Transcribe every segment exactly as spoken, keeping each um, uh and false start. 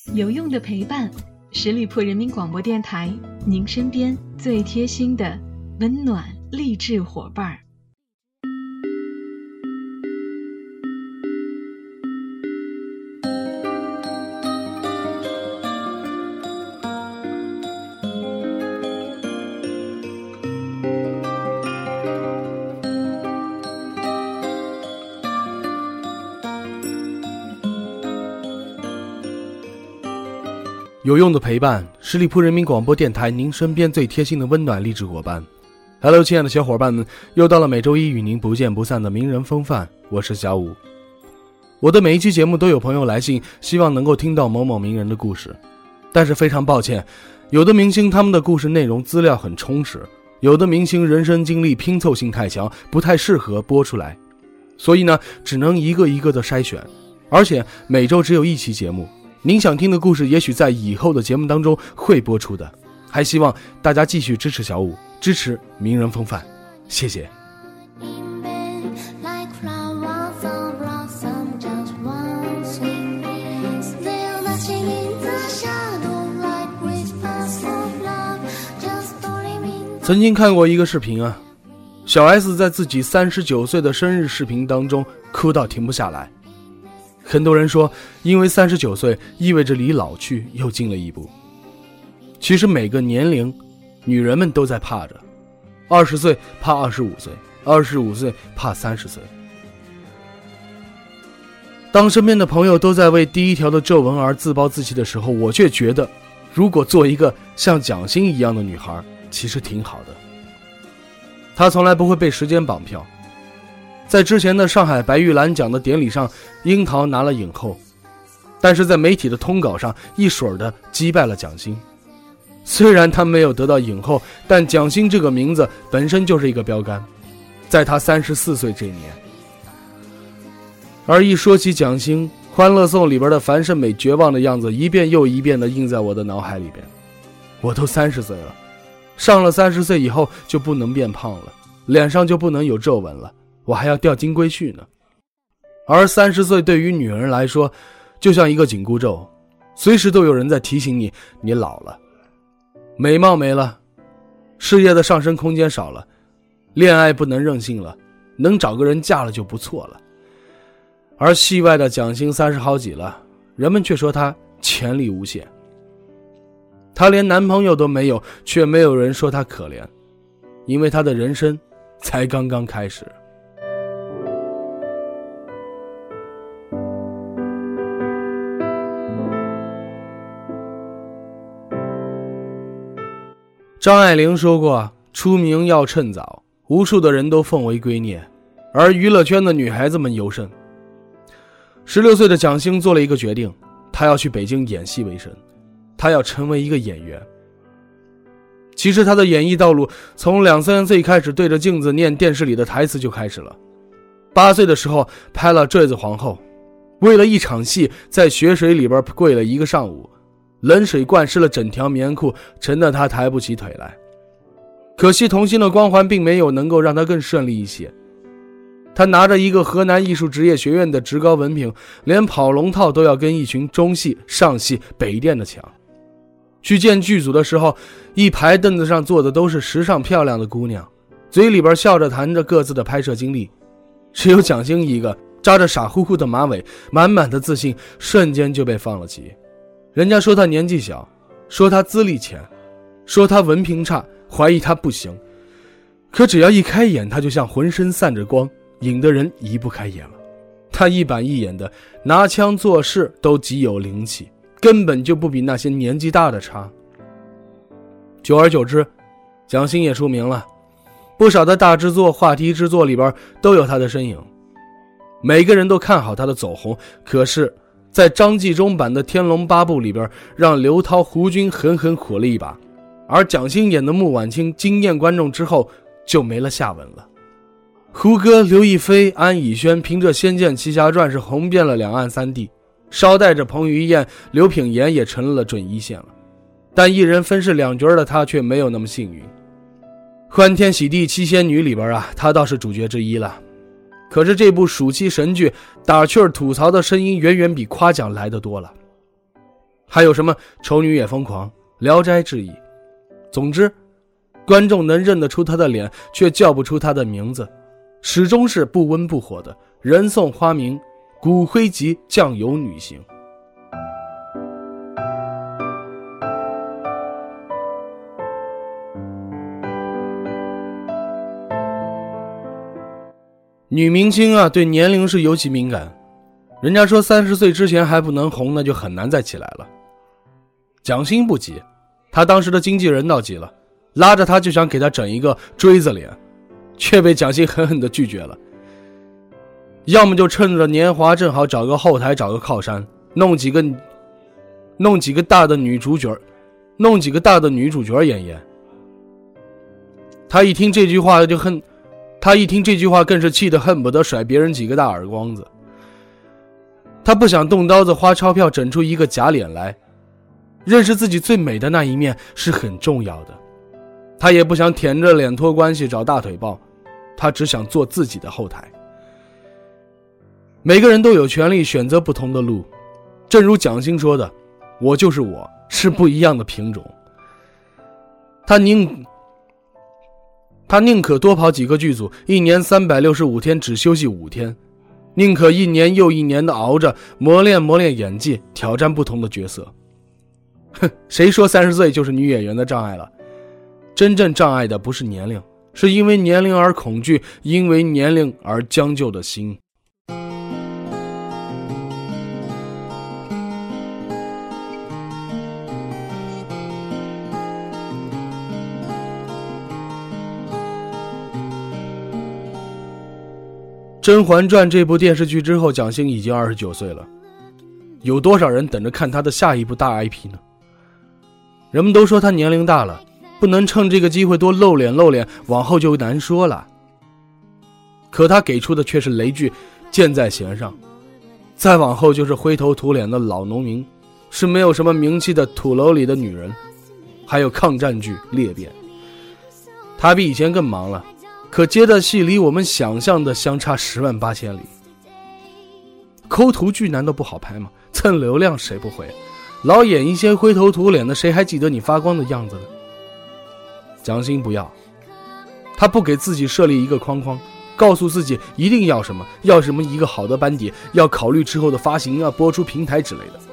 有用的陪伴，十里铺人民广播电台，您身边最贴心的温暖励志伙伴。 有用的陪伴，十里铺人民广播电台，您身边最贴心的温暖励志伙伴。Hello， 亲爱的小伙伴们，又到了每周一与您不见不散的名人风范，我是小五。我的每一期节目都有朋友来信，希望能够听到某某名人的故事，但是非常抱歉，有的明星他们的故事内容资料很充实，有的明星人生经历拼凑性太强，不太适合播出来，所以呢，只能一个一个的筛选，而且每周只有一期节目。您想听的故事也许在以后的节目当中会播出的，还希望大家继续支持小五，支持名人风范，谢谢。曾经看过一个视频啊，小 S 在自己三十九岁的生日视频当中哭到停不下来。很多人说，因为三十九岁意味着离老去又近了一步。其实每个年龄，女人们都在怕着，二十岁怕二十五岁，二十五岁怕三十岁。当身边的朋友都在为第一条的皱纹而自暴自弃的时候，我却觉得，如果做一个像蒋欣一样的女孩，其实挺好的。她从来不会被时间绑票。在之前的上海白玉兰奖的典礼上，樱桃拿了影后，但是在媒体的通稿上一水儿的击败了蒋欣。虽然她没有得到影后，但蒋欣这个名字本身就是一个标杆，在她三十四岁这一年。而一说起蒋欣，欢乐颂里边的樊胜美绝望的样子一遍又一遍的印在我的脑海里边。我都三十岁了，上了三十岁以后就不能变胖了，脸上就不能有皱纹了，我还要掉金龟婿呢。而三十岁对于女人来说就像一个紧箍咒，随时都有人在提醒你，你老了，美貌没了，事业的上升空间少了，恋爱不能任性了，能找个人嫁了就不错了。而戏外的蒋欣三十好几了，人们却说她潜力无限。她连男朋友都没有，却没有人说她可怜，因为她的人生才刚刚开始。张爱玲说过，出名要趁早，无数的人都奉为圭臬，而娱乐圈的女孩子们尤甚。十六岁的蒋欣做了一个决定，她要去北京演戏为生，她要成为一个演员。其实她的演艺道路从两三岁开始对着镜子念电视里的台词就开始了。八岁的时候拍了《坠子皇后》，为了一场戏在雪水里边跪了一个上午，冷水灌湿了整条棉裤，沉得她抬不起腿来。可惜童星的光环并没有能够让她更顺利一些。她拿着一个河南艺术职业学院的职高文凭，连跑龙套都要跟一群中戏、上戏、北电的抢。去见剧组的时候，一排凳子上坐的都是时尚漂亮的姑娘，嘴里边笑着谈着各自的拍摄经历。只有蒋欣一个扎着傻乎乎的马尾，满满的自信瞬间就被放了弃。人家说她年纪小，说她资历浅，说她文凭差，怀疑她不行。可只要一开眼，她就像浑身散着光，引得人移不开眼了。她一板一眼的拿枪做事都极有灵气，根本就不比那些年纪大的差。久而久之，蒋欣也出名了，不少的大制作、话题制作里边都有她的身影。每个人都看好她的走红，可是在张纪中版的《天龙八部》里边，让刘涛、胡军狠狠火了一把，而蒋欣演的穆婉清惊艳观众之后就没了下文了。胡歌、刘亦菲、安以轩凭着《仙剑奇侠传》是红遍了两岸三地，捎带着彭于晏、刘品言也成了准一线了。但一人分饰两角的他却没有那么幸运。欢天喜地七仙女里边啊，他倒是主角之一了。可是这部暑期神剧，打趣儿吐槽的声音远远比夸奖来得多了。 还有什么丑女也疯狂、聊斋志异。总之，观众能认得出她的脸，却叫不出她的名字，始终是不温不火的人送花名骨灰级酱油女星。女明星啊，对年龄是尤其敏感。人家说三十岁之前还不能红，那就很难再起来了。蒋欣不急，他当时的经纪人倒急了，拉着他就想给他整一个锥子脸，却被蒋欣狠狠地拒绝了。要么就趁着年华正好找个后台，找个靠山，弄几个弄几个大的女主角，弄几个大的女主角演演。他一听这句话就恨。他一听这句话更是气得恨不得甩别人几个大耳光子。他不想动刀子花钞票整出一个假脸来，认识自己最美的那一面是很重要的。他也不想舔着脸托关系找大腿抱，他只想做自己的后台。每个人都有权利选择不同的路，正如蒋欣说的，我就是我，是不一样的品种。他宁他宁可多跑几个剧组，一年三百六十五天只休息五天，宁可一年又一年的熬着磨练磨练演技，挑战不同的角色。哼，谁说三十岁就是女演员的障碍了？真正障碍的不是年龄，是因为年龄而恐惧，因为年龄而将就的心。《甄嬛传》这部电视剧之后，蒋欣已经二十九岁了，有多少人等着看她的下一部大 I P 呢？人们都说她年龄大了，不能趁这个机会多露脸露脸，往后就难说了。可她给出的却是雷剧箭在弦上，再往后就是灰头土脸的老农民，是没有什么名气的土楼里的女人，还有抗战剧裂变。她比以前更忙了，可接的戏离我们想象的相差十万八千里。抠图剧难道不好拍吗？蹭流量谁不会？老演一些灰头土脸的，谁还记得你发光的样子呢？蒋欣不要，他不给自己设立一个框框，告诉自己一定要什么，要什么一个好的班底，要考虑之后的发行啊、播出平台之类的。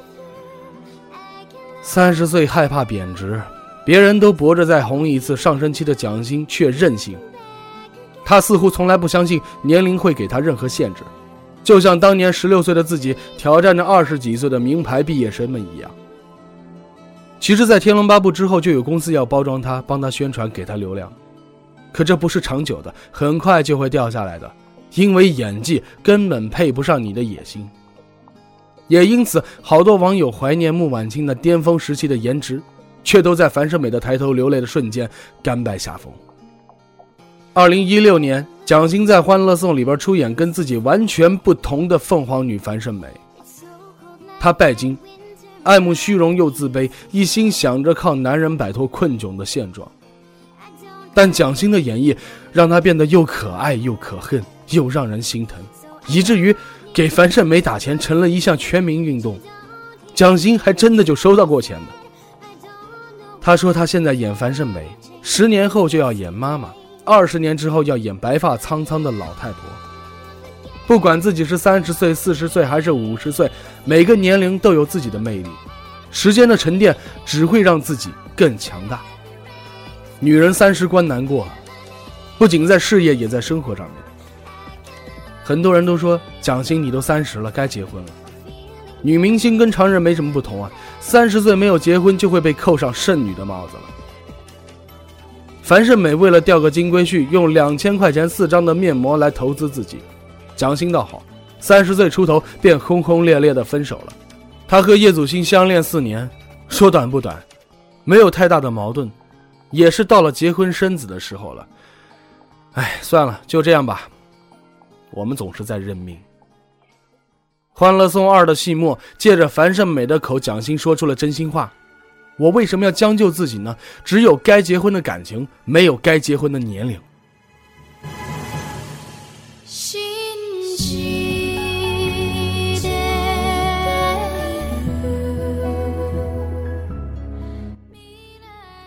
三十岁害怕贬值，别人都搏着再红一次，上升期的蒋欣却任性。他似乎从来不相信年龄会给他任何限制，就像当年十六岁的自己挑战着二十几岁的名牌毕业生们一样。其实在天龙八部之后就有公司要包装他，帮他宣传，给他流量，可这不是长久的，很快就会掉下来的，因为演技根本配不上你的野心。也因此好多网友怀念穆婉清那巅峰时期的颜值，却都在樊胜美的抬头流泪的瞬间甘拜下风。二零一六年，蒋欣在《欢乐颂》里边出演跟自己完全不同的凤凰女樊胜美。她拜金，爱慕虚荣又自卑，一心想着靠男人摆脱困窘的现状。但蒋欣的演绎让她变得又可爱又可恨，又让人心疼，以至于给樊胜美打钱成了一项全民运动。蒋欣还真的就收到过钱的。她说她现在演樊胜美，十年后就要演妈妈，二十年之后要演白发苍苍的老太婆。不管自己是三十岁、四十岁还是五十岁，每个年龄都有自己的魅力。时间的沉淀只会让自己更强大。女人三十关难过，不仅在事业，也在生活上面。很多人都说蒋欣你都三十了，该结婚了。女明星跟常人没什么不同啊，三十岁没有结婚就会被扣上剩女的帽子了。樊胜美为了钓个金龟婿，用两千块钱四张的面膜来投资自己。蒋欣倒好，三十岁出头便轰轰烈烈的分手了。他和叶祖新相恋四年，说短不短，没有太大的矛盾，也是到了结婚生子的时候了。哎，算了，就这样吧。我们总是在认命。欢乐颂二的戏末，借着樊胜美的口，蒋欣说出了真心话。我为什么要将就自己呢？只有该结婚的感情，没有该结婚的年龄。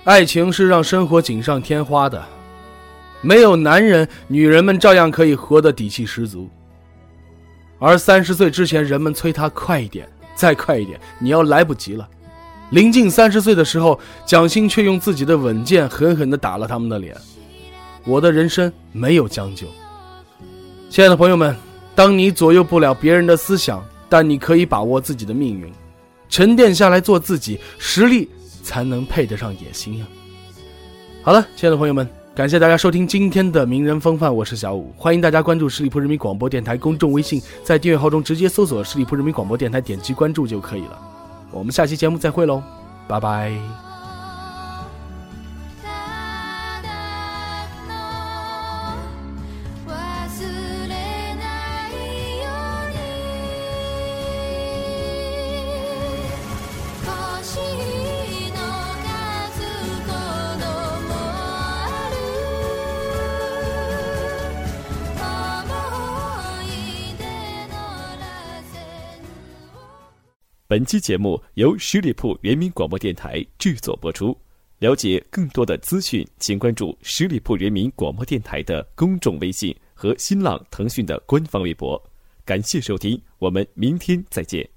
爱情是让生活锦上添花的，没有男人，女人们照样可以活得底气十足。而三十岁之前，人们催他快一点，再快一点，你要来不及了。临近三十岁的时候，蒋欣却用自己的稳健狠狠地打了他们的脸。我的人生没有将就。亲爱的朋友们，当你左右不了别人的思想，但你可以把握自己的命运，沉淀下来做自己，实力才能配得上野心啊。好了，亲爱的朋友们，感谢大家收听今天的名人风范，我是小武，欢迎大家关注十里铺人民广播电台公众微信，在订阅号中直接搜索十里铺人民广播电台，点击关注就可以了。我们下期节目再会喽，拜拜。 本期节目由十里铺人民广播电台制作播出。了解更多的资讯，请关注十里铺人民广播电台的公众微信和新浪、腾讯的官方微博。感谢收听，我们明天再见。